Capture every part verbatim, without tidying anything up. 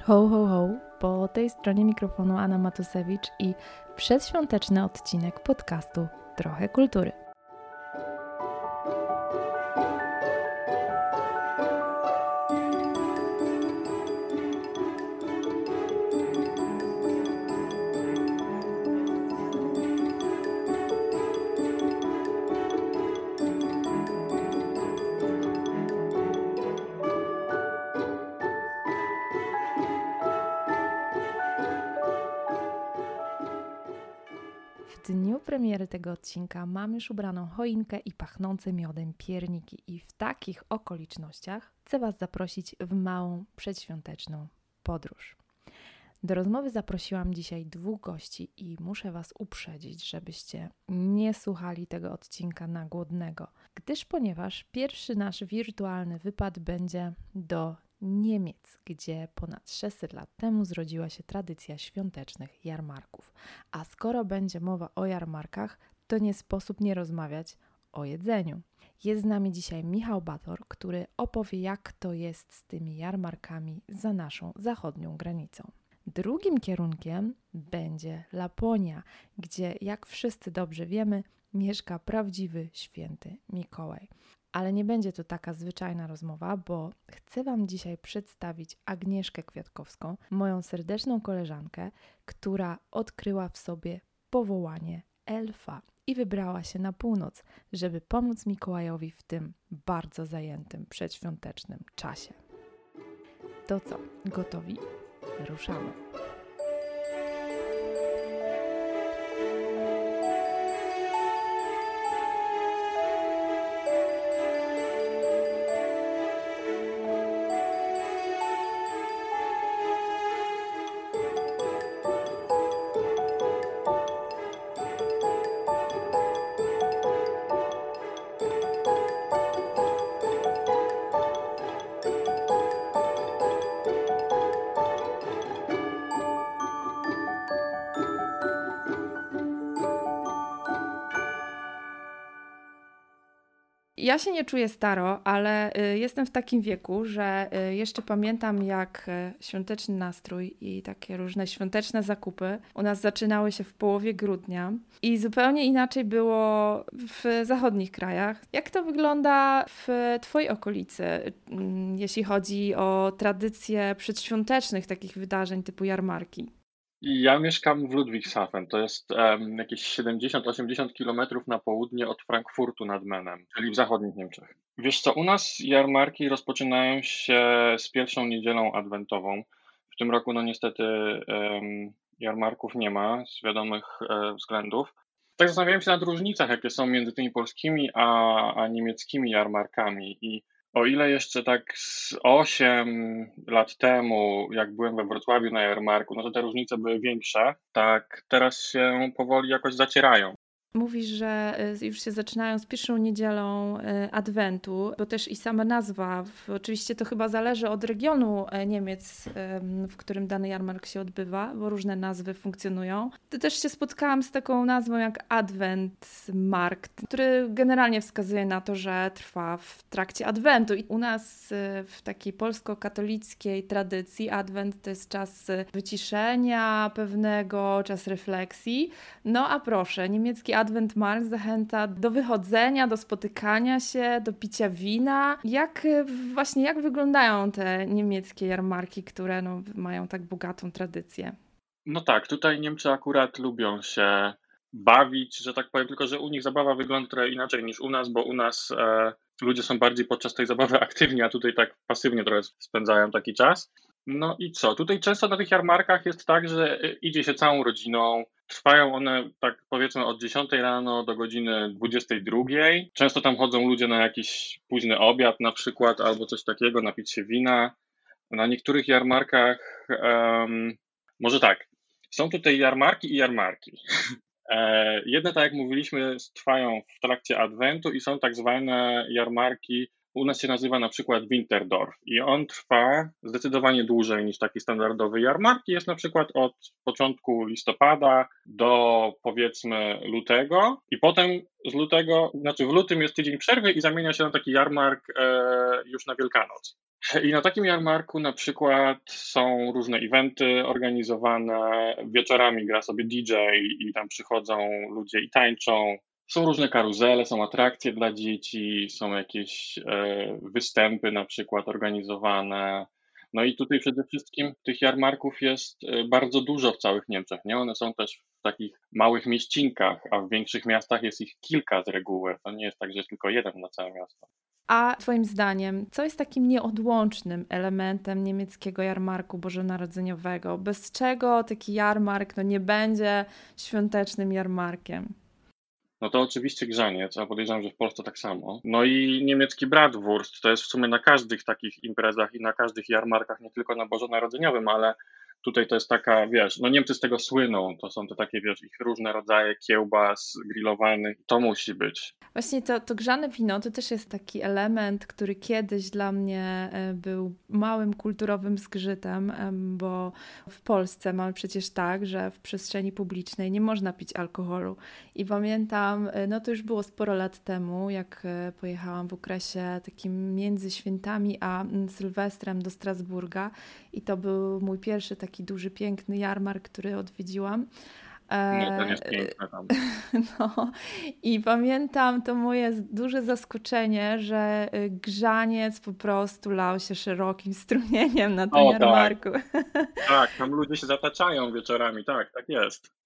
Ho, ho, ho, po tej stronie mikrofonu Anna Matusewicz i przedświąteczny odcinek podcastu Trochę Kultury. W dniu premiery tego odcinka mam już ubraną choinkę i pachnące miodem pierniki i w takich okolicznościach chcę Was zaprosić w małą przedświąteczną podróż. Do rozmowy zaprosiłam dzisiaj dwóch gości i muszę Was uprzedzić, żebyście nie słuchali tego odcinka na głodnego, gdyż ponieważ pierwszy nasz wirtualny wypad będzie do Niemiec, gdzie ponad sześćset lat temu zrodziła się tradycja świątecznych jarmarków. A skoro będzie mowa o jarmarkach, to nie sposób nie rozmawiać o jedzeniu. Jest z nami dzisiaj Michał Bator, który opowie, jak to jest z tymi jarmarkami za naszą zachodnią granicą. Drugim kierunkiem będzie Laponia, gdzie, jak wszyscy dobrze wiemy, mieszka prawdziwy święty Mikołaj. Ale nie będzie to taka zwyczajna rozmowa, bo chcę Wam dzisiaj przedstawić Agnieszkę Kwiatkowską, moją serdeczną koleżankę, która odkryła w sobie powołanie elfa i wybrała się na północ, żeby pomóc Mikołajowi w tym bardzo zajętym przedświątecznym czasie. To co, gotowi? Ruszamy. Ja się nie czuję staro, ale jestem w takim wieku, że jeszcze pamiętam, jak świąteczny nastrój i takie różne świąteczne zakupy u nas zaczynały się w połowie grudnia i zupełnie inaczej było w zachodnich krajach. Jak to wygląda w Twojej okolicy, jeśli chodzi o tradycje przedświątecznych takich wydarzeń typu jarmarki? Ja mieszkam w Ludwigshafen, to jest um, jakieś siedemdziesiąt osiemdziesiąt kilometrów na południe od Frankfurtu nad Menem, czyli w zachodnich Niemczech. Wiesz co, u nas jarmarki rozpoczynają się z pierwszą niedzielą adwentową. W tym roku no niestety um, jarmarków nie ma z wiadomych e, względów. Tak zastanawiałem się nad różnicach, jakie są między tymi polskimi a, a niemieckimi jarmarkami i o ile jeszcze tak z osiem lat temu, jak byłem we Wrocławiu na jarmarku, no to te różnice były większe, tak teraz się powoli jakoś zacierają. Mówisz, że już się zaczynają z pierwszą niedzielą Adwentu, bo też i sama nazwa, oczywiście to chyba zależy od regionu Niemiec, w którym dany jarmark się odbywa, bo różne nazwy funkcjonują. To też się spotkałam z taką nazwą jak Adventmarkt, który generalnie wskazuje na to, że trwa w trakcie Adwentu. I u nas w takiej polsko-katolickiej tradycji Adwent to jest czas wyciszenia pewnego, czas refleksji. No a proszę, niemiecki Adventmarkt zachęca do wychodzenia, do spotykania się, do picia wina. Jak właśnie, jak wyglądają te niemieckie jarmarki, które no, mają tak bogatą tradycję? No tak, tutaj Niemcy akurat lubią się bawić, że tak powiem, tylko że u nich zabawa wygląda trochę inaczej niż u nas, bo u nas e, ludzie są bardziej podczas tej zabawy aktywni, a tutaj tak pasywnie trochę spędzają taki czas. No i co? Tutaj często na tych jarmarkach jest tak, że idzie się całą rodziną. Trwają one, tak powiedzmy, od dziesiątej rano do godziny dwudziestej drugiej. Często tam chodzą ludzie na jakiś późny obiad na przykład, albo coś takiego, napić się wina. Na niektórych jarmarkach, um, może tak, są tutaj jarmarki i jarmarki. Jedne, tak jak mówiliśmy, trwają w trakcie Adwentu i są tak zwane jarmarki u nas się nazywa na przykład Winterdorf i on trwa zdecydowanie dłużej niż taki standardowy jarmark. Jest na przykład od początku listopada do powiedzmy lutego i potem z lutego, znaczy w lutym jest tydzień przerwy i zamienia się na taki jarmark e, już na Wielkanoc. I na takim jarmarku na przykład są różne eventy organizowane, wieczorami gra sobie D J i tam przychodzą ludzie i tańczą. Są różne karuzele, są atrakcje dla dzieci, są jakieś e, występy na przykład organizowane. No i tutaj przede wszystkim tych jarmarków jest e, bardzo dużo w całych Niemczech, nie? One są też w takich małych mieścinkach, a w większych miastach jest ich kilka z reguły. To nie jest tak, że jest tylko jeden na całe miasto. A Twoim zdaniem, co jest takim nieodłącznym elementem niemieckiego jarmarku bożonarodzeniowego? Bez czego taki jarmark no, nie będzie świątecznym jarmarkiem? No to oczywiście grzaniec, a podejrzewam, że w Polsce tak samo. No i niemiecki bratwurst, to jest w sumie na każdych takich imprezach i na każdych jarmarkach, nie tylko na bożonarodzeniowym, ale tutaj to jest taka, wiesz, no Niemcy z tego słyną, to są te takie, wiesz, ich różne rodzaje kiełbas grillowanych, to musi być. Właśnie to, to grzane wino to też jest taki element, który kiedyś dla mnie był małym kulturowym zgrzytem, bo w Polsce mamy przecież tak, że w przestrzeni publicznej nie można pić alkoholu. I pamiętam, no to już było sporo lat temu, jak pojechałam w okresie takim między świętami a Sylwestrem do Strasburga i to był mój pierwszy taki duży, piękny jarmark, który odwiedziłam. No to jest piękne tam. No i pamiętam to moje duże zaskoczenie, że grzaniec po prostu lał się szerokim strumieniem na tym O, jarmarku. Tak. tak, tam ludzie się zataczają wieczorami, tak, tak jest.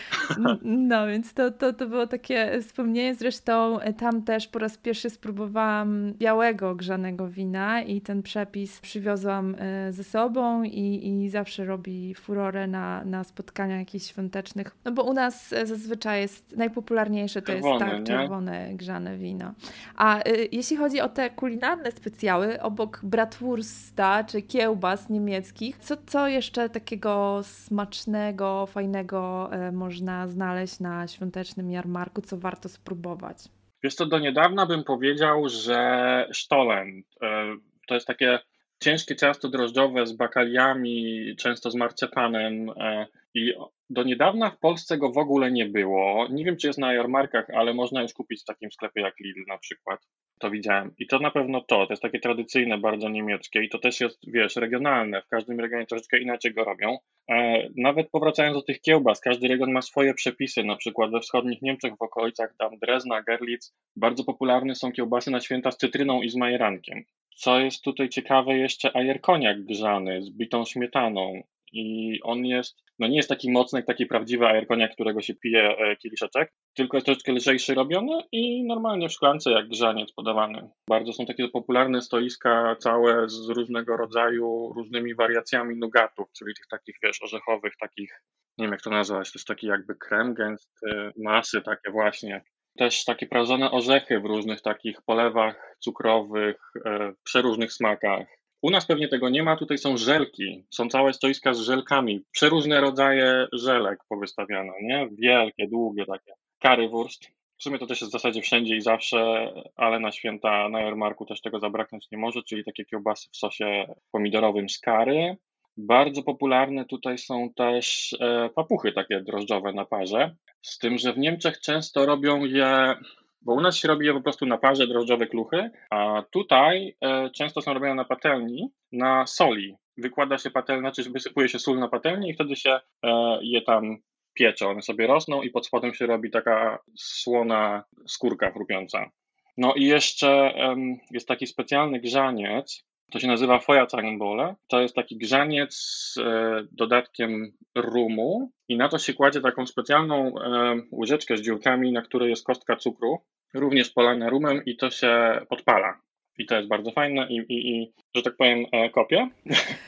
No więc to, to, to było takie wspomnienie, zresztą tam też po raz pierwszy spróbowałam białego grzanego wina i ten przepis przywiozłam ze sobą i, i zawsze robi furorę na, na spotkaniach jakichś świątecznych, no bo u nas zazwyczaj jest najpopularniejsze to Czerwone, jest tak, nie? czerwone grzane wino. A y, jeśli chodzi o te kulinarne specjały, obok bratwursta czy kiełbas niemieckich, co, co jeszcze takiego smacznego, fajnego y, można znaleźć na świątecznym jarmarku, co warto spróbować? Wiesz co, do niedawna bym powiedział, że Stollen to jest takie ciężkie ciasto drożdżowe z bakaliami, często z marcepanem i do niedawna w Polsce go w ogóle nie było. Nie wiem, czy jest na jarmarkach, ale można już kupić w takim sklepie jak Lidl na przykład. To widziałem. I to na pewno to, to jest takie tradycyjne, bardzo niemieckie i to też jest, wiesz, regionalne. W każdym regionie troszeczkę inaczej go robią. E, nawet powracając do tych kiełbas, każdy region ma swoje przepisy, na przykład we wschodnich Niemczech, w okolicach tam Drezna, Gerlitz, bardzo popularne są kiełbasy na święta z cytryną i z majerankiem. Co jest tutaj ciekawe, jeszcze ajerkoniak grzany z bitą śmietaną. I on jest, no nie jest taki mocny jak taki prawdziwy ajerkoniak, którego się pije e, kieliszeczek, tylko jest troszeczkę lżejszy robiony i normalnie w szklance jak grzaniec podawany. Bardzo są takie popularne stoiska całe z różnego rodzaju, różnymi wariacjami nugatów, czyli tych takich, wiesz, orzechowych, takich, nie wiem jak to nazwać, to jest taki jakby krem gęsty, masy takie właśnie. Też takie prażone orzechy w różnych takich polewach cukrowych, e, przeróżnych smakach. U nas pewnie tego nie ma, tutaj są żelki, są całe stoiska z żelkami, przeróżne rodzaje żelek powystawiane, nie? Wielkie, długie takie. Currywurst, w sumie to też jest w zasadzie wszędzie i zawsze, ale na święta, na jarmarku też tego zabraknąć nie może, czyli takie kiełbasy w sosie pomidorowym z curry. Bardzo popularne tutaj są też e, papuchy takie drożdżowe na parze, z tym, że w Niemczech często robią je, bo u nas się robi je po prostu na parze drożdżowe kluchy, a tutaj e, często są robione na patelni, na soli. Wykłada się patelnię, znaczy wysypuje się sól na patelnię i wtedy się e, je tam piecze. One sobie rosną i pod spodem się robi taka słona skórka chrupiąca. No i jeszcze em, jest taki specjalny grzaniec, to się nazywa Feuerzangenbowle. To jest taki grzaniec z e, dodatkiem rumu i na to się kładzie taką specjalną e, łyżeczkę z dziurkami, na której jest kostka cukru, również polana rumem i to się podpala. I to jest bardzo fajne i, i, i że tak powiem, e, kopię.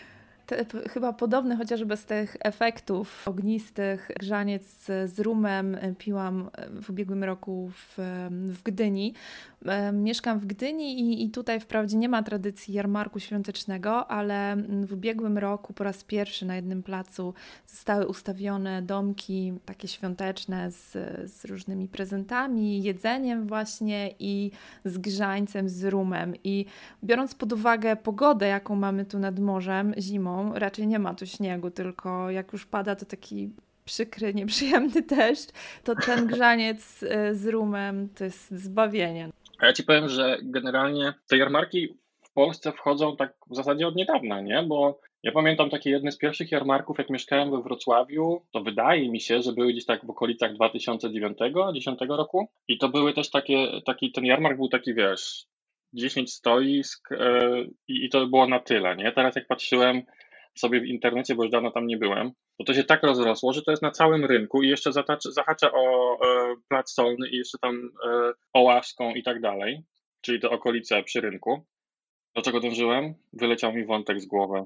te, p- chyba podobny, chociaż bez tych efektów ognistych. Grzaniec z, z rumem piłam w ubiegłym roku w, w Gdyni. E, Mieszkam w Gdyni i, i tutaj wprawdzie nie ma tradycji jarmarku świątecznego, ale w ubiegłym roku po raz pierwszy na jednym placu zostały ustawione domki takie świąteczne z, z różnymi prezentami, jedzeniem właśnie i z grzańcem, z rumem. I biorąc pod uwagę pogodę, jaką mamy tu nad morzem zimą, raczej nie ma tu śniegu, tylko jak już pada, to taki przykry, nieprzyjemny deszcz, to ten grzaniec y, z rumem to jest zbawienie. A ja ci powiem, że generalnie te jarmarki w Polsce wchodzą tak w zasadzie od niedawna, nie? Bo ja pamiętam takie jedne z pierwszych jarmarków, jak mieszkałem we Wrocławiu, to wydaje mi się, że były gdzieś tak w okolicach dwa tysiące dziewiątego, dwa tysiące dziesiątego roku i to były też takie, taki, ten jarmark był taki, wiesz, dziesięć stoisk e, i, i to było na tyle, nie? Teraz jak patrzyłem sobie w internecie, bo już dawno tam nie byłem, to to się tak rozrosło, że to jest na całym rynku i jeszcze zatacza, zahacza o e, Plac Solny i jeszcze tam e, o Ławską i tak dalej, czyli te okolice przy rynku. Do czego dążyłem? Wyleciał mi wątek z głowy.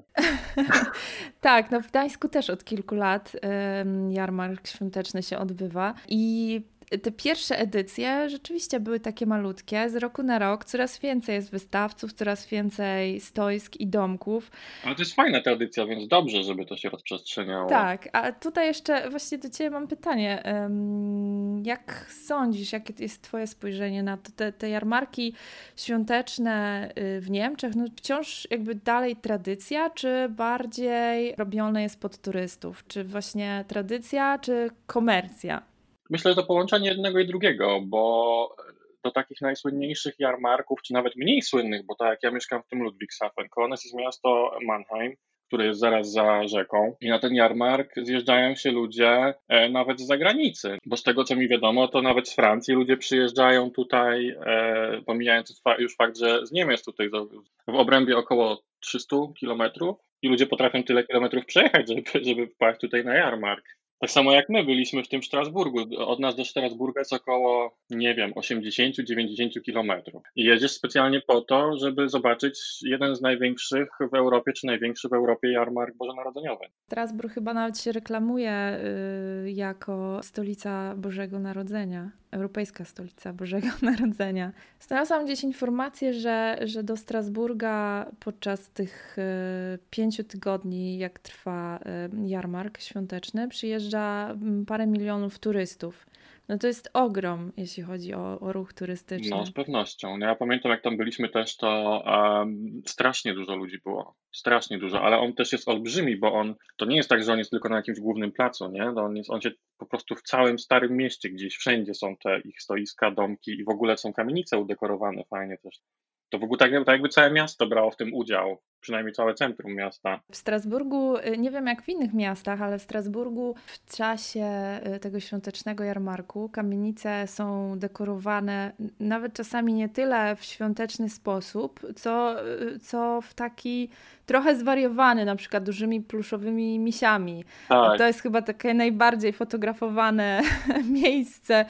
Tak, no w Gdańsku też od kilku lat ym, jarmark świąteczny się odbywa i te pierwsze edycje rzeczywiście były takie malutkie. Z roku na rok coraz więcej jest wystawców, coraz więcej stoisk i domków. Ale to jest fajna tradycja, więc dobrze, żeby to się rozprzestrzeniało. Tak, a tutaj jeszcze właśnie do Ciebie mam pytanie. Ym, Jak sądzisz, jakie jest Twoje spojrzenie na to, te, te jarmarki świąteczne y, w Niemczech? No wciąż jakby dalej tradycja, czy bardziej robione jest pod turystów? Czy właśnie tradycja, czy komercja? Myślę, że to połączenie jednego i drugiego, bo do takich najsłynniejszych jarmarków, czy nawet mniej słynnych, bo tak jak ja mieszkam w tym Ludwigshafen, koło nas jest miasto Mannheim, które jest zaraz za rzeką i na ten jarmark zjeżdżają się ludzie e, nawet z zagranicy, bo z tego co mi wiadomo, to nawet z Francji ludzie przyjeżdżają tutaj, e, pomijając już fakt, że z Niemiec tutaj w obrębie około trzysta kilometrów i ludzie potrafią tyle kilometrów przejechać, żeby, żeby wpaść tutaj na jarmark. Tak samo jak my byliśmy w tym Strasburgu. Od nas do Strasburga jest około, nie wiem, osiemdziesiąt do dziewięćdziesięciu kilometrów. I jedziesz specjalnie po to, żeby zobaczyć jeden z największych w Europie, czy największy w Europie jarmark bożonarodzeniowy. Strasburg chyba nawet się reklamuje y, jako stolica Bożego Narodzenia. Europejska stolica Bożego Narodzenia. Znalazłam gdzieś informację, że, że do Strasburga podczas tych y, pięciu tygodni, jak trwa y, jarmark świąteczny, przyjeżdża mm, parę milionów turystów. No to jest ogrom, jeśli chodzi o, o ruch turystyczny. No, z pewnością. No ja pamiętam, jak tam byliśmy też, to um, strasznie dużo ludzi było. Strasznie dużo, ale on też jest olbrzymi, bo on, to nie jest tak, że on jest tylko na jakimś głównym placu, nie? No on, jest, on się po prostu w całym starym mieście, gdzieś wszędzie są te ich stoiska, domki i w ogóle są kamienice udekorowane fajnie też. To w ogóle tak, tak jakby całe miasto brało w tym udział, przynajmniej całe centrum miasta. W Strasburgu, nie wiem jak w innych miastach, ale w Strasburgu w czasie tego świątecznego jarmarku kamienice są dekorowane nawet czasami nie tyle w świąteczny sposób, co, co w taki trochę zwariowany, na przykład dużymi pluszowymi misiami. Tak. To jest chyba takie najbardziej fotografowane miejsce.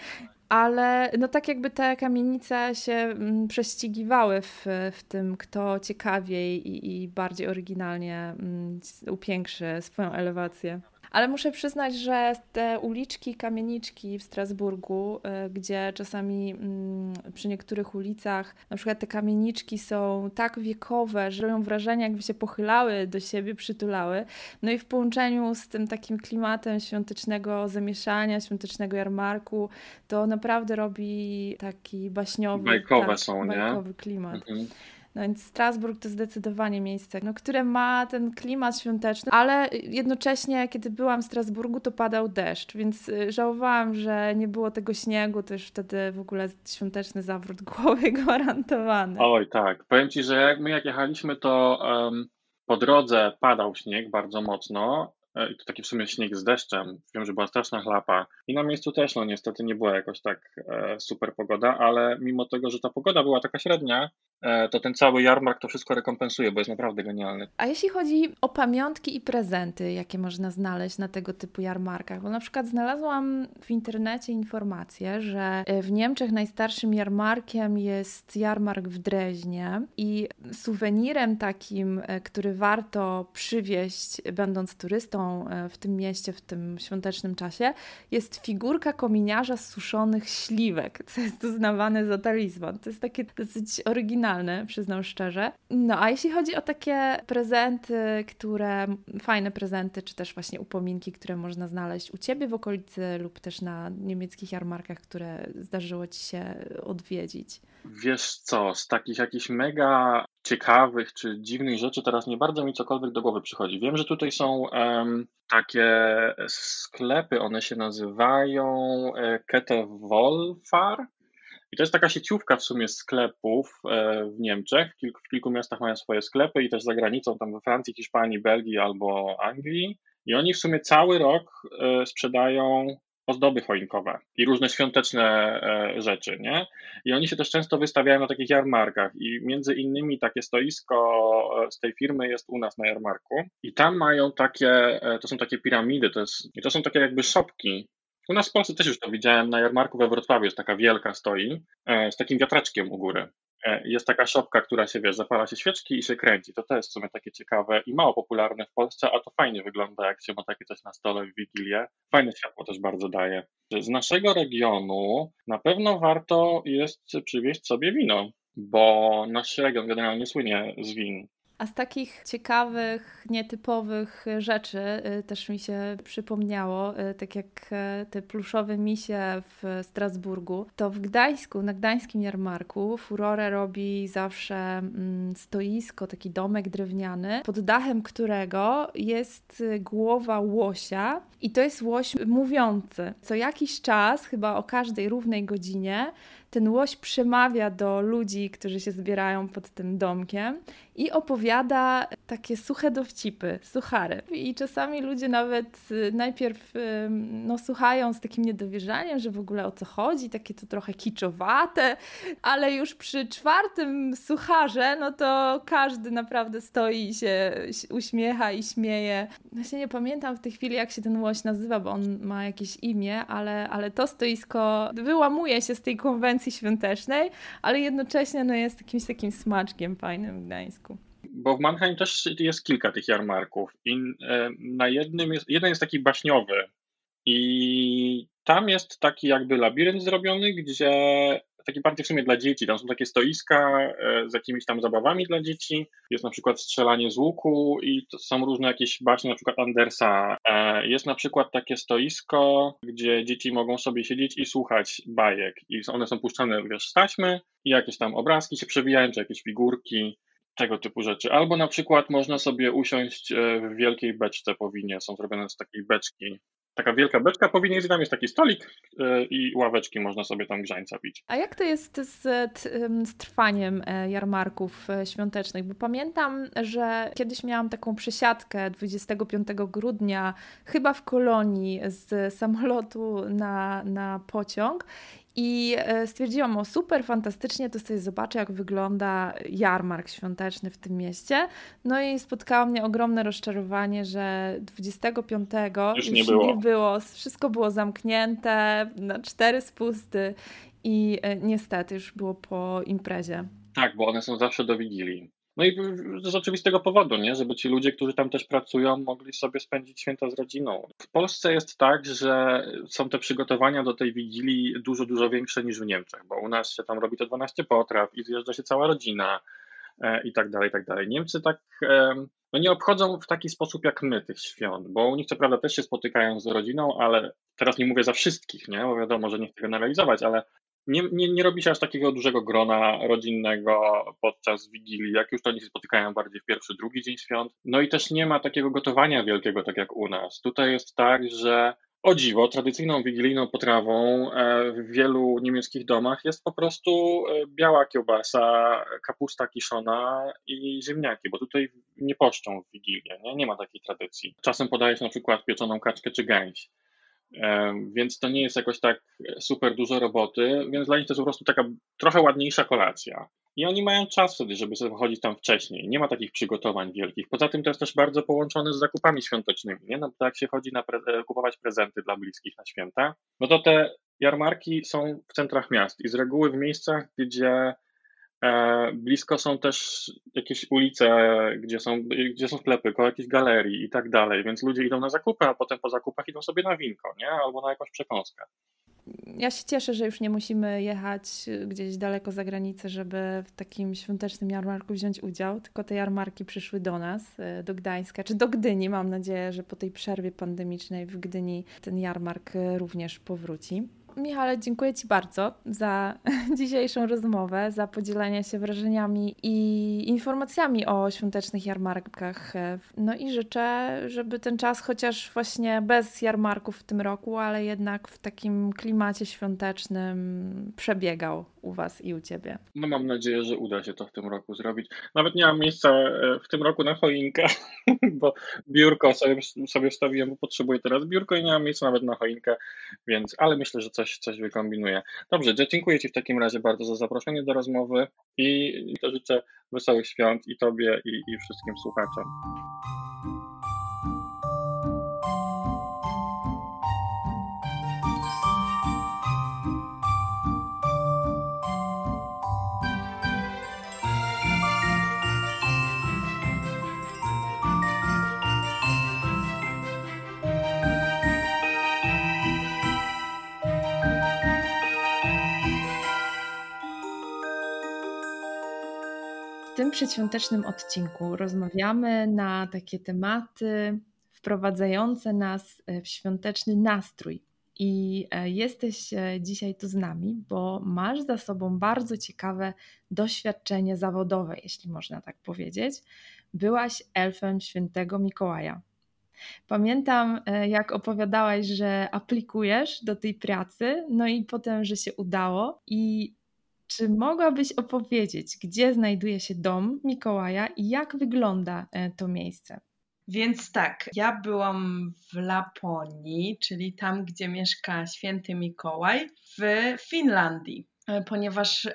Ale no tak jakby te kamienice się mm, prześcigiwały w, w tym, kto ciekawiej i, i bardziej oryginalnie mm, upiększy swoją elewację. Ale muszę przyznać, że te uliczki, kamieniczki w Strasburgu, y, gdzie czasami mm, przy niektórych ulicach na przykład te kamieniczki są tak wiekowe, że robią wrażenie, jakby się pochylały do siebie, przytulały. No i w połączeniu z tym takim klimatem świątecznego zamieszania, świątecznego jarmarku, to naprawdę robi taki baśniowy, Bajkowe tak, są, nie? bajkowy klimat. Mhm. No więc Strasburg to zdecydowanie miejsce, no, które ma ten klimat świąteczny, ale jednocześnie, kiedy byłam w Strasburgu, to padał deszcz, więc żałowałam, że nie było tego śniegu, to już wtedy w ogóle świąteczny zawrót głowy gwarantowany. Oj, tak. Powiem Ci, że jak my jak jechaliśmy, to um, po drodze padał śnieg bardzo mocno e, i to taki w sumie śnieg z deszczem. Wiem, że była straszna chlapa. I na miejscu też, no niestety nie była jakoś tak e, super pogoda, ale mimo tego, że ta pogoda była taka średnia, e, to ten cały jarmark to wszystko rekompensuje, bo jest naprawdę genialny. A jeśli chodzi o pamiątki i prezenty, jakie można znaleźć na tego typu jarmarkach, bo na przykład znalazłam w internecie informację, że w Niemczech najstarszym jarmarkiem jest jarmark w Dreźnie i suwenirem takim, który warto przywieźć, będąc turystą w tym mieście, w tym świątecznym czasie, jest figurka kominiarza z suszonych śliwek, co jest uznawane za talizman. To jest takie dosyć oryginalne, przyznam szczerze. No a jeśli chodzi o takie prezenty, które, fajne prezenty, czy też właśnie upominki, które można znaleźć u Ciebie w okolicy lub też na niemieckich jarmarkach, które zdarzyło Ci się odwiedzić? Wiesz co, z takich jakichś mega ciekawych czy dziwnych rzeczy teraz nie bardzo mi cokolwiek do głowy przychodzi. Wiem, że tutaj są em, takie sklepy, one się nazywają e, Kette Wollfar. I to jest taka sieciówka w sumie sklepów e, w Niemczech. W kilku, w kilku miastach mają swoje sklepy i też za granicą, tam we Francji, Hiszpanii, Belgii albo Anglii. I oni w sumie cały rok e, sprzedają ozdoby choinkowe i różne świąteczne e, rzeczy, nie? I oni się też często wystawiają na takich jarmarkach i między innymi takie stoisko e, z tej firmy jest u nas na jarmarku i tam mają takie, e, to są takie piramidy, to, jest, i to są takie jakby szopki. U nas w Polsce też już to widziałem na jarmarku we Wrocławiu, jest taka wielka, stoi e, z takim wiatraczkiem u góry. E, Jest taka szopka, która się, wiesz, zapala się świeczki i się kręci. To też jest w sumie takie ciekawe i mało popularne w Polsce, a to fajnie wygląda, jak się ma takie coś na stole w Wigilię. Fajne światło też bardzo daje. Z naszego regionu na pewno warto jest przywieźć sobie wino, bo nasz region generalnie słynie z win. A z takich ciekawych, nietypowych rzeczy y, też mi się przypomniało, y, tak jak y, te pluszowe misie w Strasburgu, to w Gdańsku, na gdańskim jarmarku furorę robi zawsze mm, stoisko, taki domek drewniany, pod dachem którego jest y, głowa łosia i to jest łoś mówiący. Co jakiś czas, chyba o każdej równej godzinie, ten łoś przemawia do ludzi, którzy się zbierają pod tym domkiem i opowiada takie suche dowcipy, suchary. I czasami ludzie nawet y, najpierw y, no, słuchają z takim niedowierzaniem, że w ogóle o co chodzi, takie to trochę kiczowate, ale już przy czwartym sucharze, no to każdy naprawdę stoi i się uśmiecha i śmieje. Właśnie nie pamiętam w tej chwili, jak się ten łoś nazywa, bo on ma jakieś imię, ale, ale to stoisko wyłamuje się z tej konwencji świątecznej, ale jednocześnie no, jest jakimś takim smaczkiem fajnym w Gdańsku. Bo w Mannheim też jest kilka tych jarmarków i e, na jednym jest, jeden jest taki baśniowy i tam jest taki jakby labirynt zrobiony, gdzie taki bardziej w sumie dla dzieci, tam są takie stoiska e, z jakimiś tam zabawami dla dzieci, jest na przykład strzelanie z łuku i to są różne jakieś baśnie, na przykład Andersa. E, Jest na przykład takie stoisko, gdzie dzieci mogą sobie siedzieć i słuchać bajek i one są puszczane, wiesz, z taśmy i jakieś tam obrazki się przewijają, czy jakieś figurki. Tego typu rzeczy. Albo na przykład można sobie usiąść e, w wielkiej beczce po winie. Są zrobione z takiej beczki. Taka wielka beczka po winie, i tam jest taki stolik e, i ławeczki, można sobie tam grzańca pić. A jak to jest z, z trwaniem jarmarków świątecznych? Bo pamiętam, że kiedyś miałam taką przesiadkę dwudziestego piątego grudnia, chyba w Kolonii, z samolotu na, na pociąg. I stwierdziłam, o super, fantastycznie, to sobie zobaczę, jak wygląda jarmark świąteczny w tym mieście. No i spotkało mnie ogromne rozczarowanie, że dwudziestego piątego Już już nie było. nie było, wszystko było zamknięte, na cztery spusty i niestety już było po imprezie. Tak, bo one są zawsze do Wigilii. No i z oczywistego powodu, nie? Żeby ci ludzie, którzy tam też pracują, mogli sobie spędzić święta z rodziną. W Polsce jest tak, że są te przygotowania do tej Wigilii dużo, dużo większe niż w Niemczech, bo u nas się tam robi to dwanaście potraw i zjeżdża się cała rodzina e, i tak dalej, i tak dalej. Niemcy tak e, no nie obchodzą w taki sposób jak my tych świąt, bo u nich co prawda też się spotykają z rodziną, ale teraz nie mówię za wszystkich, nie? Bo wiadomo, że nie chcę generalizować, ale nie, nie, nie robi się aż takiego dużego grona rodzinnego podczas Wigilii, jak już to oni się spotykają bardziej w pierwszy, drugi dzień świąt. No i też nie ma takiego gotowania wielkiego, tak jak u nas. Tutaj jest tak, że O dziwo, tradycyjną wigilijną potrawą e, w wielu niemieckich domach jest po prostu e, biała kiełbasa, kapusta kiszona i ziemniaki, bo tutaj nie poszczą w Wigilię, nie? Nie ma takiej tradycji. Czasem podaje się na przykład pieczoną kaczkę czy gęś, e, więc to nie jest jakoś tak super dużo roboty, więc dla nich to jest po prostu taka trochę ładniejsza kolacja. I oni mają czas wtedy, żeby sobie wychodzić tam wcześniej. Nie ma takich przygotowań wielkich. Poza tym to jest też bardzo połączone z zakupami świątecznymi. Nie? No, to jak się chodzi na pre- kupować prezenty dla bliskich na święta, no to te jarmarki są w centrach miast i z reguły w miejscach, gdzie e, blisko są też jakieś ulice, gdzie są, gdzie są sklepy, koło jakichś galerii i tak dalej. Więc ludzie idą na zakupy, a potem po zakupach idą sobie na winko, nie? Albo na jakąś przekąskę. Ja się cieszę, że już nie musimy jechać gdzieś daleko za granicę, żeby w takim świątecznym jarmarku wziąć udział, tylko te jarmarki przyszły do nas, do Gdańska, czy do Gdyni. Mam nadzieję, że po tej przerwie pandemicznej w Gdyni ten jarmark również powróci. Michale, dziękuję Ci bardzo za dzisiejszą rozmowę, za podzielenie się wrażeniami i informacjami o świątecznych jarmarkach. No i życzę, żeby ten czas chociaż właśnie bez jarmarków w tym roku, ale jednak w takim klimacie świątecznym przebiegał u Was i u Ciebie. No mam nadzieję, że uda się to w tym roku zrobić. Nawet nie mam miejsca e, w tym roku na choinkę, bo biurko sobie, sobie wstawiłem, bo potrzebuję teraz biurko i nie mam miejsca nawet na choinkę, więc, ale myślę, że coś, coś wykombinuję. Dobrze, dziękuję Ci w takim razie bardzo za zaproszenie do rozmowy i to życzę wesołych świąt i Tobie i, i wszystkim słuchaczom. W tym przedświątecznym odcinku rozmawiamy na takie tematy wprowadzające nas w świąteczny nastrój. I jesteś dzisiaj tu z nami, bo masz za sobą bardzo ciekawe doświadczenie zawodowe, jeśli można tak powiedzieć. Byłaś elfem świętego Mikołaja. Pamiętam, jak opowiadałaś, że aplikujesz do tej pracy, no i potem, że się udało. I czy mogłabyś opowiedzieć, gdzie znajduje się dom Mikołaja i jak wygląda to miejsce? Więc tak, ja byłam w Laponii, czyli tam, gdzie mieszka święty Mikołaj, w Finlandii, ponieważ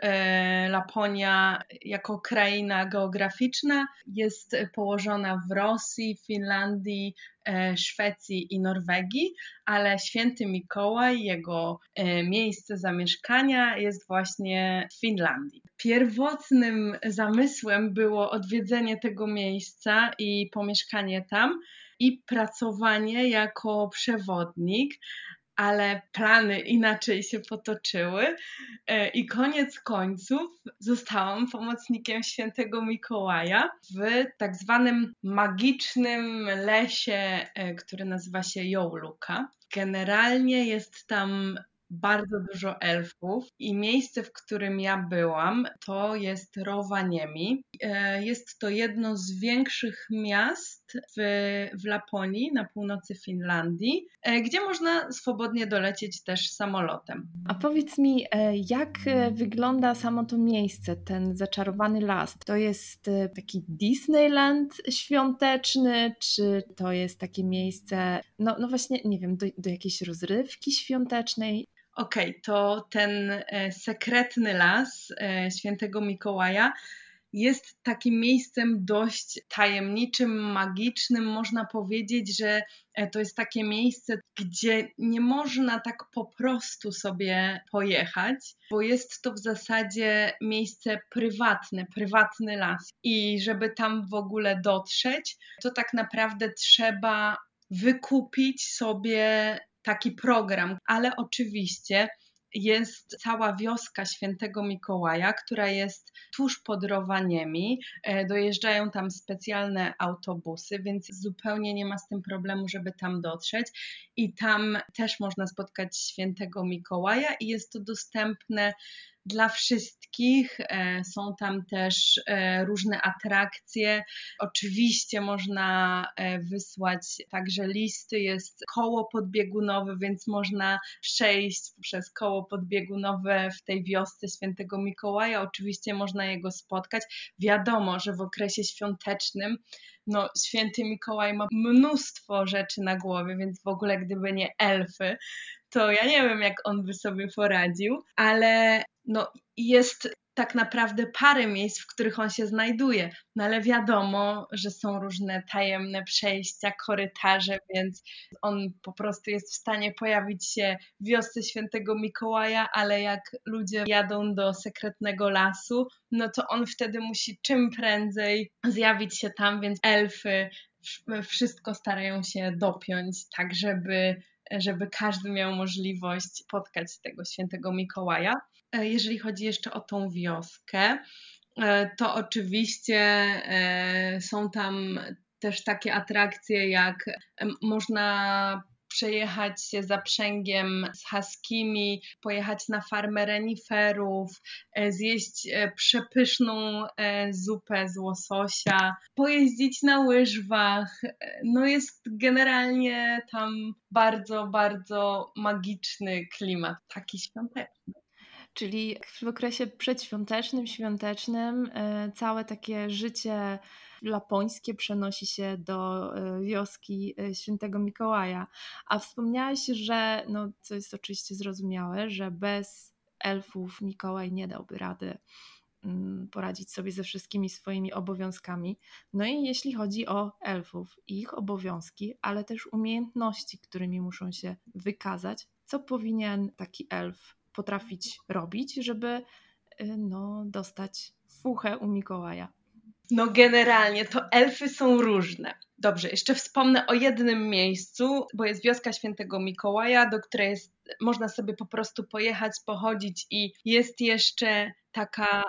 Laponia jako kraina geograficzna jest położona w Rosji, Finlandii, Szwecji i Norwegii, ale święty Mikołaj, jego miejsce zamieszkania jest właśnie w Finlandii. Pierwotnym zamysłem było odwiedzenie tego miejsca i pomieszkanie tam i pracowanie jako przewodnik, ale plany inaczej się potoczyły i koniec końców zostałam pomocnikiem świętego Mikołaja w tak zwanym magicznym lesie, który nazywa się Jouluka. Generalnie jest tam bardzo dużo elfów i miejsce, w którym ja byłam, to jest Rovaniemi. Jest to jedno z większych miast w, w Laponii, na północy Finlandii, gdzie można swobodnie dolecieć też samolotem. A powiedz mi, jak wygląda samo to miejsce, ten zaczarowany las? To jest taki Disneyland świąteczny, czy to jest takie miejsce, no, no właśnie, nie wiem, do, do jakiejś rozrywki świątecznej? Okej, okay, to ten e, sekretny las e, świętego Mikołaja jest takim miejscem dość tajemniczym, magicznym. Można powiedzieć, że to jest takie miejsce, gdzie nie można tak po prostu sobie pojechać, bo jest to w zasadzie miejsce prywatne, prywatny las. I żeby tam w ogóle dotrzeć, to tak naprawdę trzeba wykupić sobie taki program, ale oczywiście jest cała wioska świętego Mikołaja, która jest tuż pod Rovaniemi. Dojeżdżają tam specjalne autobusy, więc zupełnie nie ma z tym problemu, żeby tam dotrzeć. I tam też można spotkać świętego Mikołaja i jest to dostępne dla wszystkich. Są tam też różne atrakcje. Oczywiście można wysłać także listy, jest koło podbiegunowe, więc można przejść przez koło podbiegunowe w tej wiosce Świętego Mikołaja. Oczywiście można jego spotkać. Wiadomo, że w okresie świątecznym no, Święty Mikołaj ma mnóstwo rzeczy na głowie, więc w ogóle gdyby nie elfy, to ja nie wiem, jak on by sobie poradził, ale no, jest tak naprawdę parę miejsc, w których on się znajduje, no ale wiadomo, że są różne tajemne przejścia, korytarze, więc on po prostu jest w stanie pojawić się w wiosce Świętego Mikołaja, ale jak ludzie jadą do sekretnego lasu, no to on wtedy musi czym prędzej zjawić się tam, więc elfy wszystko starają się dopiąć, tak żeby żeby każdy miał możliwość spotkać tego Świętego Mikołaja. Jeżeli chodzi jeszcze o tą wioskę, to oczywiście są tam też takie atrakcje, jak można przejechać się zaprzęgiem z haskimi, pojechać na farmę reniferów, zjeść przepyszną zupę z łososia, pojeździć na łyżwach. No jest generalnie tam bardzo, bardzo magiczny klimat, taki świąteczny. Czyli w okresie przedświątecznym, świątecznym całe takie życie lapońskie przenosi się do wioski Świętego Mikołaja. A wspomniałaś, że, no, co jest oczywiście zrozumiałe, że bez elfów Mikołaj nie dałby rady poradzić sobie ze wszystkimi swoimi obowiązkami. No i jeśli chodzi o elfów, ich obowiązki, ale też umiejętności, którymi muszą się wykazać, co powinien taki elf potrafić robić, żeby no, dostać fuchę u Mikołaja? No generalnie to elfy są różne. Dobrze, jeszcze wspomnę o jednym miejscu, bo jest wioska Świętego Mikołaja, do której jest, można sobie po prostu pojechać, pochodzić i jest jeszcze taka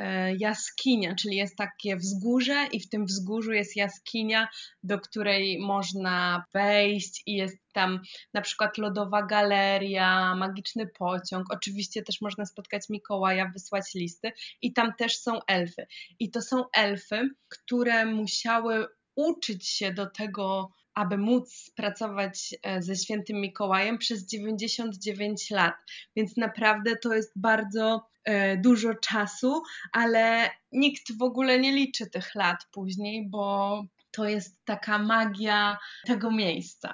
jaskinia, czyli jest takie wzgórze i w tym wzgórzu jest jaskinia, do której można wejść i jest tam na przykład lodowa galeria, magiczny pociąg, oczywiście też można spotkać Mikołaja, wysłać listy i tam też są elfy. I to są elfy, które musiały uczyć się do tego, aby móc pracować ze Świętym Mikołajem przez dziewięćdziesiąt dziewięć lat, więc naprawdę to jest bardzo dużo czasu, ale nikt w ogóle nie liczy tych lat później, bo to jest taka magia tego miejsca.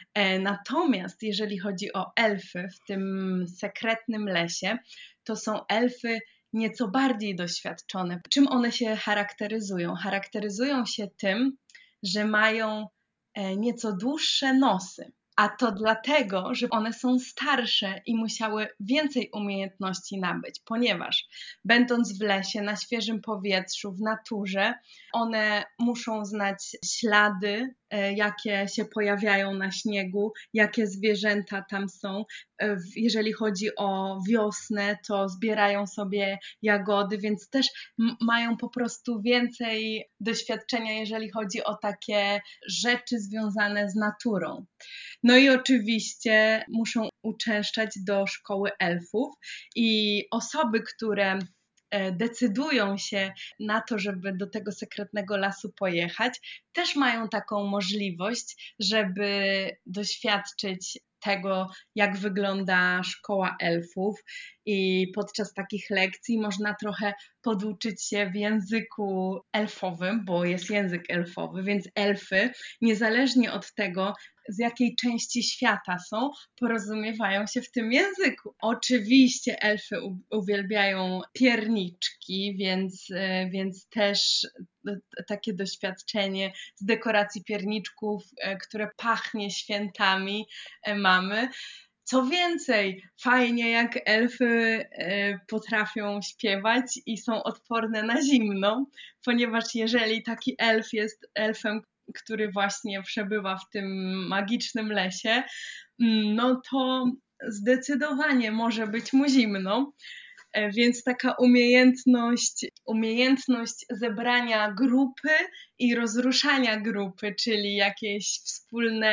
Natomiast jeżeli chodzi o elfy w tym sekretnym lesie, to są elfy nieco bardziej doświadczone. Czym one się charakteryzują? Charakteryzują się tym, że mają nieco dłuższe nosy. A to dlatego, że one są starsze i musiały więcej umiejętności nabyć, ponieważ będąc w lesie, na świeżym powietrzu, w naturze, one muszą znać ślady, jakie się pojawiają na śniegu, jakie zwierzęta tam są. Jeżeli chodzi o wiosnę, to zbierają sobie jagody, więc też m- mają po prostu więcej doświadczenia, jeżeli chodzi o takie rzeczy związane z naturą. No i oczywiście muszą uczęszczać do szkoły elfów i osoby, które decydują się na to, żeby do tego sekretnego lasu pojechać, też mają taką możliwość, żeby doświadczyć tego, jak wygląda szkoła elfów i podczas takich lekcji można trochę poduczyć się w języku elfowym, bo jest język elfowy, więc elfy, niezależnie od tego, z jakiej części świata są, porozumiewają się w tym języku. Oczywiście elfy uwielbiają pierniczki, więc, więc też takie doświadczenie z dekoracji pierniczków, które pachnie świętami, mamy. Co więcej, fajnie jak elfy potrafią śpiewać i są odporne na zimno, ponieważ jeżeli taki elf jest elfem, który właśnie przebywa w tym magicznym lesie, no to zdecydowanie może być mu zimno. Więc taka umiejętność, umiejętność zebrania grupy i rozruszania grupy, czyli jakieś wspólne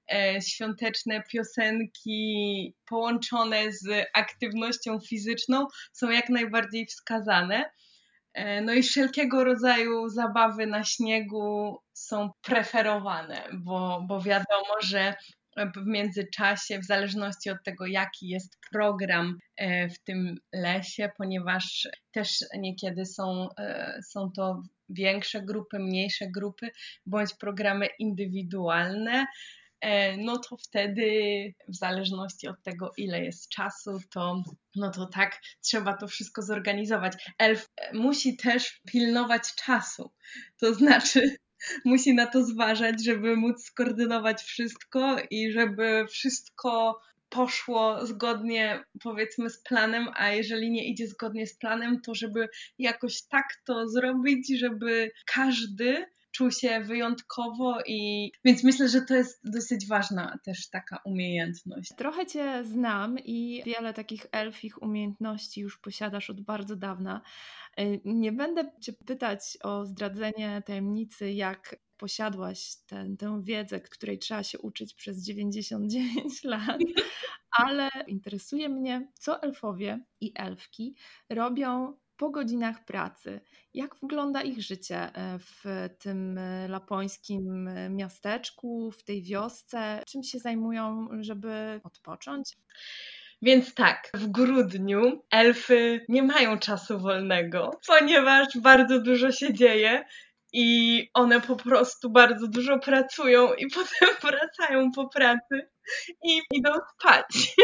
e, świąteczne piosenki połączone z aktywnością fizyczną są jak najbardziej wskazane. E, no i wszelkiego rodzaju zabawy na śniegu są preferowane, bo, bo wiadomo, że w międzyczasie, w zależności od tego, jaki jest program w tym lesie, ponieważ też niekiedy są, są to większe grupy, mniejsze grupy, bądź programy indywidualne, no to wtedy w zależności od tego, ile jest czasu, to, no to tak trzeba to wszystko zorganizować. Elf musi też pilnować czasu, to znaczy musi na to zważać, żeby móc skoordynować wszystko i żeby wszystko poszło zgodnie, powiedzmy, z planem, a jeżeli nie idzie zgodnie z planem, to żeby jakoś tak to zrobić, żeby każdy czuł się wyjątkowo i więc myślę, że to jest dosyć ważna też taka umiejętność. Trochę Cię znam i wiele takich elfich umiejętności już posiadasz od bardzo dawna. Nie będę Cię pytać o zdradzenie tajemnicy, jak posiadłaś tę, tę wiedzę, której trzeba się uczyć przez dziewięćdziesiąt dziewięć lat, ale interesuje mnie, co elfowie i elfki robią po godzinach pracy. Jak wygląda ich życie w tym lapońskim miasteczku, w tej wiosce? Czym się zajmują, żeby odpocząć? Więc tak, w grudniu elfy nie mają czasu wolnego, ponieważ bardzo dużo się dzieje i one po prostu bardzo dużo pracują i potem wracają po pracy i idą spać.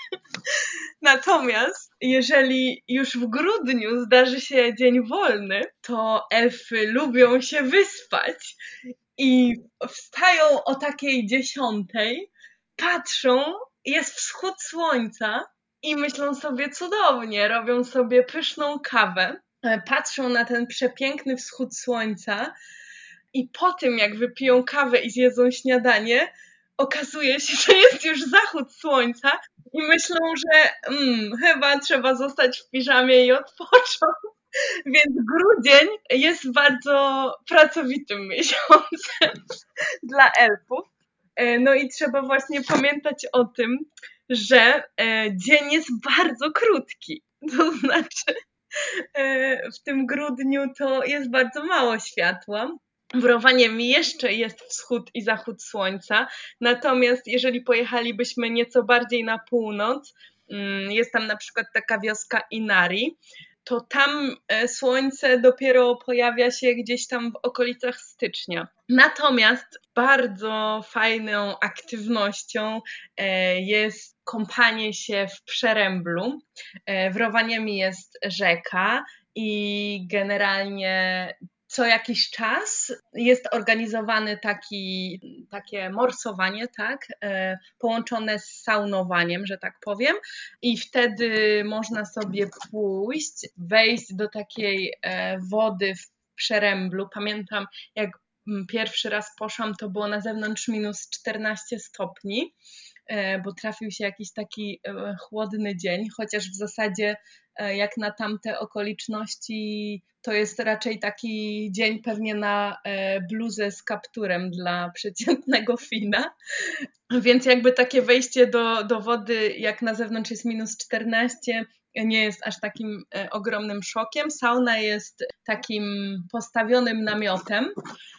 Natomiast jeżeli już w grudniu zdarzy się dzień wolny, to elfy lubią się wyspać i wstają o takiej dziesiątej, patrzą, jest wschód słońca i myślą sobie cudownie, robią sobie pyszną kawę, patrzą na ten przepiękny wschód słońca i po tym jak wypiją kawę i zjedzą śniadanie, okazuje się, że jest już zachód słońca i myślą, że mm, chyba trzeba zostać w piżamie i odpocząć. Więc grudzień jest bardzo pracowitym miesiącem dla elfów. No i trzeba właśnie pamiętać o tym, że dzień jest bardzo krótki. To znaczy w tym grudniu to jest bardzo mało światła. W Rovaniemi jeszcze jest wschód i zachód słońca, natomiast jeżeli pojechalibyśmy nieco bardziej na północ, jest tam na przykład taka wioska Inari, to tam słońce dopiero pojawia się gdzieś tam w okolicach stycznia. Natomiast bardzo fajną aktywnością jest kąpanie się w Przeręblu. W Rovaniemi jest rzeka i generalnie co jakiś czas jest organizowany taki, takie morsowanie, tak, e, połączone z saunowaniem, że tak powiem, i wtedy można sobie pójść, wejść do takiej e, wody w Przeręblu. Pamiętam, jak pierwszy raz poszłam, to było na zewnątrz minus czternaście stopni, e, bo trafił się jakiś taki e, chłodny dzień, chociaż w zasadzie e, jak na tamte okoliczności to jest raczej taki dzień pewnie na bluzę z kapturem dla przeciętnego Fina. Więc jakby takie wejście do, do wody, jak na zewnątrz jest minus czternaście, nie jest aż takim ogromnym szokiem. Sauna jest takim postawionym namiotem.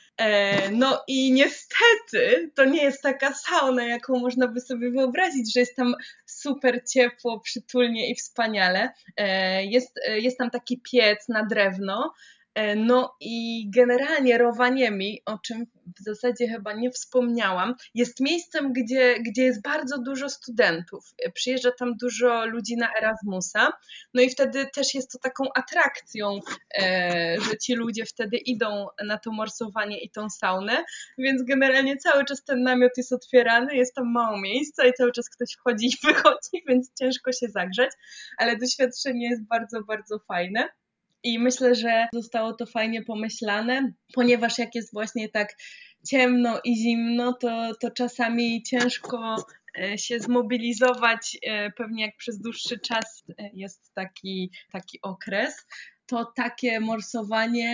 No i niestety to nie jest taka sauna, jaką można by sobie wyobrazić, że jest tam super ciepło, przytulnie i wspaniale. Jest, jest tam taki piec na drewno. No i generalnie Rovaniemi, o czym w zasadzie chyba nie wspomniałam, jest miejscem, gdzie, gdzie jest bardzo dużo studentów. Przyjeżdża tam dużo ludzi na Erasmusa, no i wtedy też jest to taką atrakcją, że ci ludzie wtedy idą na to morsowanie i tą saunę, więc generalnie cały czas ten namiot jest otwierany, jest tam mało miejsca i cały czas ktoś wchodzi i wychodzi, więc ciężko się zagrzać, ale doświadczenie jest bardzo, bardzo fajne. I myślę, że zostało to fajnie pomyślane, ponieważ jak jest właśnie tak ciemno i zimno, to, to czasami ciężko się zmobilizować, pewnie jak przez dłuższy czas jest taki, taki okres, to takie morsowanie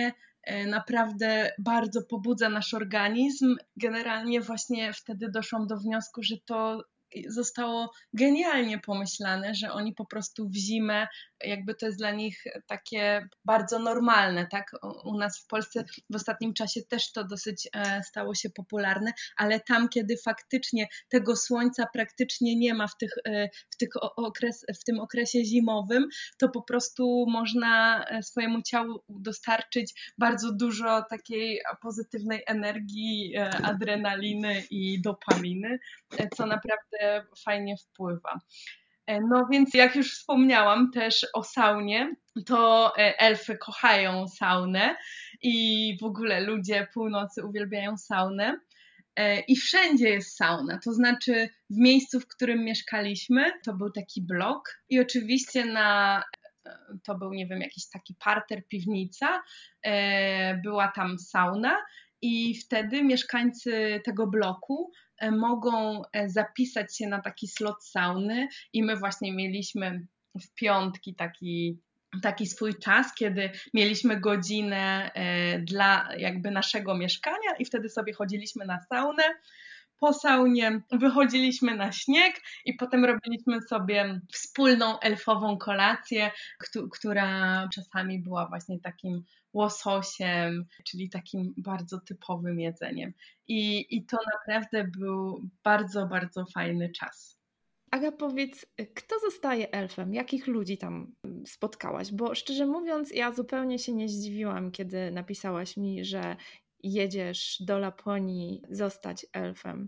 naprawdę bardzo pobudza nasz organizm. Generalnie właśnie wtedy doszłam do wniosku, że to zostało genialnie pomyślane, że oni po prostu w zimę, jakby to jest dla nich takie bardzo normalne, tak? U nas w Polsce w ostatnim czasie też to dosyć stało się popularne, ale tam, kiedy faktycznie tego słońca praktycznie nie ma w, tych, w, tych okres, w tym okresie zimowym, to po prostu można swojemu ciału dostarczyć bardzo dużo takiej pozytywnej energii, adrenaliny i dopaminy, co naprawdę fajnie wpływa. No więc jak już wspomniałam też o saunie, to elfy kochają saunę i w ogóle ludzie północy uwielbiają saunę i wszędzie jest sauna, to znaczy w miejscu, w którym mieszkaliśmy, to był taki blok i oczywiście na to był, nie wiem, jakiś taki parter, piwnica, była tam sauna i wtedy mieszkańcy tego bloku mogą zapisać się na taki slot sauny i my właśnie mieliśmy w piątki taki, taki swój czas, kiedy mieliśmy godzinę dla jakby naszego mieszkania i wtedy sobie chodziliśmy na saunę. Po saunie wychodziliśmy na śnieg i potem robiliśmy sobie wspólną elfową kolację, która czasami była właśnie takim łososiem, czyli takim bardzo typowym jedzeniem. I, i to naprawdę był bardzo, bardzo fajny czas. Aga, powiedz, kto zostaje elfem? Jakich ludzi tam spotkałaś? Bo szczerze mówiąc, ja zupełnie się nie zdziwiłam, kiedy napisałaś mi, że jedziesz do Laponii zostać elfem.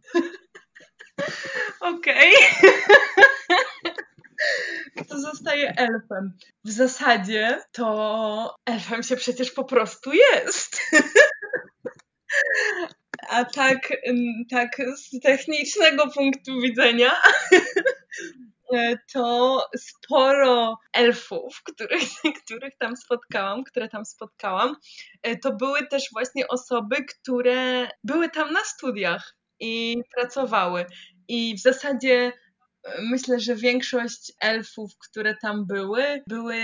Okej. Kto zostaje elfem? W zasadzie to elfem się przecież po prostu jest. A tak, tak z technicznego punktu widzenia to sporo elfów, których, których tam spotkałam, które tam spotkałam, to były też właśnie osoby, które były tam na studiach i pracowały. I w zasadzie myślę, że większość elfów, które tam były, były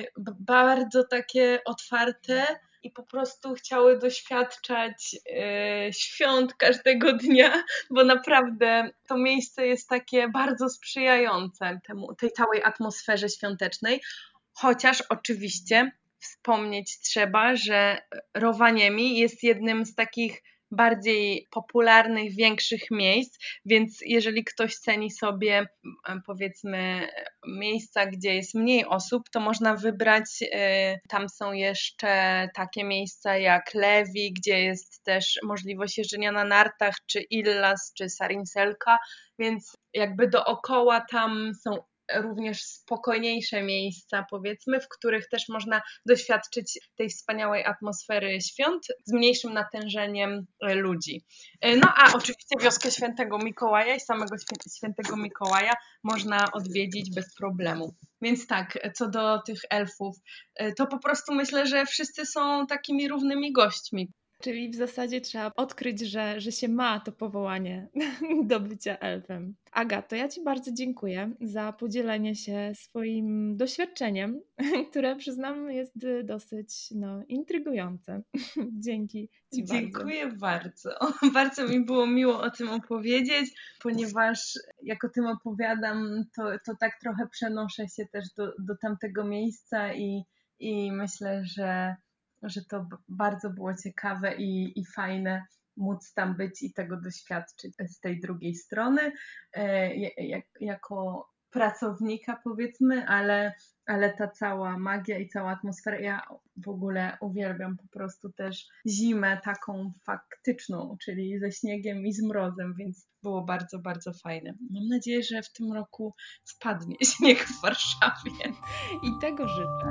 bardzo takie otwarte i po prostu chciały doświadczać e, świąt każdego dnia, bo naprawdę to miejsce jest takie bardzo sprzyjające temu, tej całej atmosferze świątecznej, chociaż oczywiście wspomnieć trzeba, że Rovaniemi jest jednym z takich bardziej popularnych, większych miejsc, więc jeżeli ktoś ceni sobie, powiedzmy, miejsca, gdzie jest mniej osób, to można wybrać, tam są jeszcze takie miejsca jak Levi, gdzie jest też możliwość jeżdżenia na nartach, czy Illas, czy Sarinselka, więc jakby dookoła tam są również spokojniejsze miejsca, powiedzmy, w których też można doświadczyć tej wspaniałej atmosfery świąt z mniejszym natężeniem ludzi. No a oczywiście wioskę Świętego Mikołaja i samego Świętego Mikołaja można odwiedzić bez problemu. Więc tak, co do tych elfów, to po prostu myślę, że wszyscy są takimi równymi gośćmi. Czyli w zasadzie trzeba odkryć, że, że się ma to powołanie do bycia elfem. Aga, to ja Ci bardzo dziękuję za podzielenie się swoim doświadczeniem, które przyznam jest dosyć no, intrygujące. Dzięki Ci bardzo. Dziękuję bardzo. Bardzo mi było miło o tym opowiedzieć, ponieważ jak o tym opowiadam, to, to tak trochę przenoszę się też do, do tamtego miejsca i, i myślę, że że to bardzo było ciekawe i, i fajne móc tam być i tego doświadczyć z tej drugiej strony, e, jak, jako pracownika powiedzmy, ale, ale ta cała magia i cała atmosfera, ja w ogóle uwielbiam po prostu też zimę taką faktyczną, czyli ze śniegiem i z mrozem, więc było bardzo, bardzo fajne. Mam nadzieję, że w tym roku spadnie śnieg w Warszawie. I tego życzę.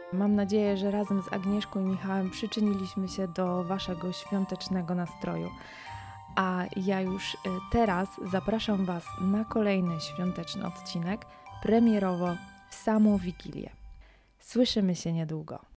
Mam nadzieję, że razem z Agnieszką i Michałem przyczyniliśmy się do Waszego świątecznego nastroju. A ja już teraz zapraszam Was na kolejny świąteczny odcinek, premierowo w samą Wigilię. Słyszymy się niedługo.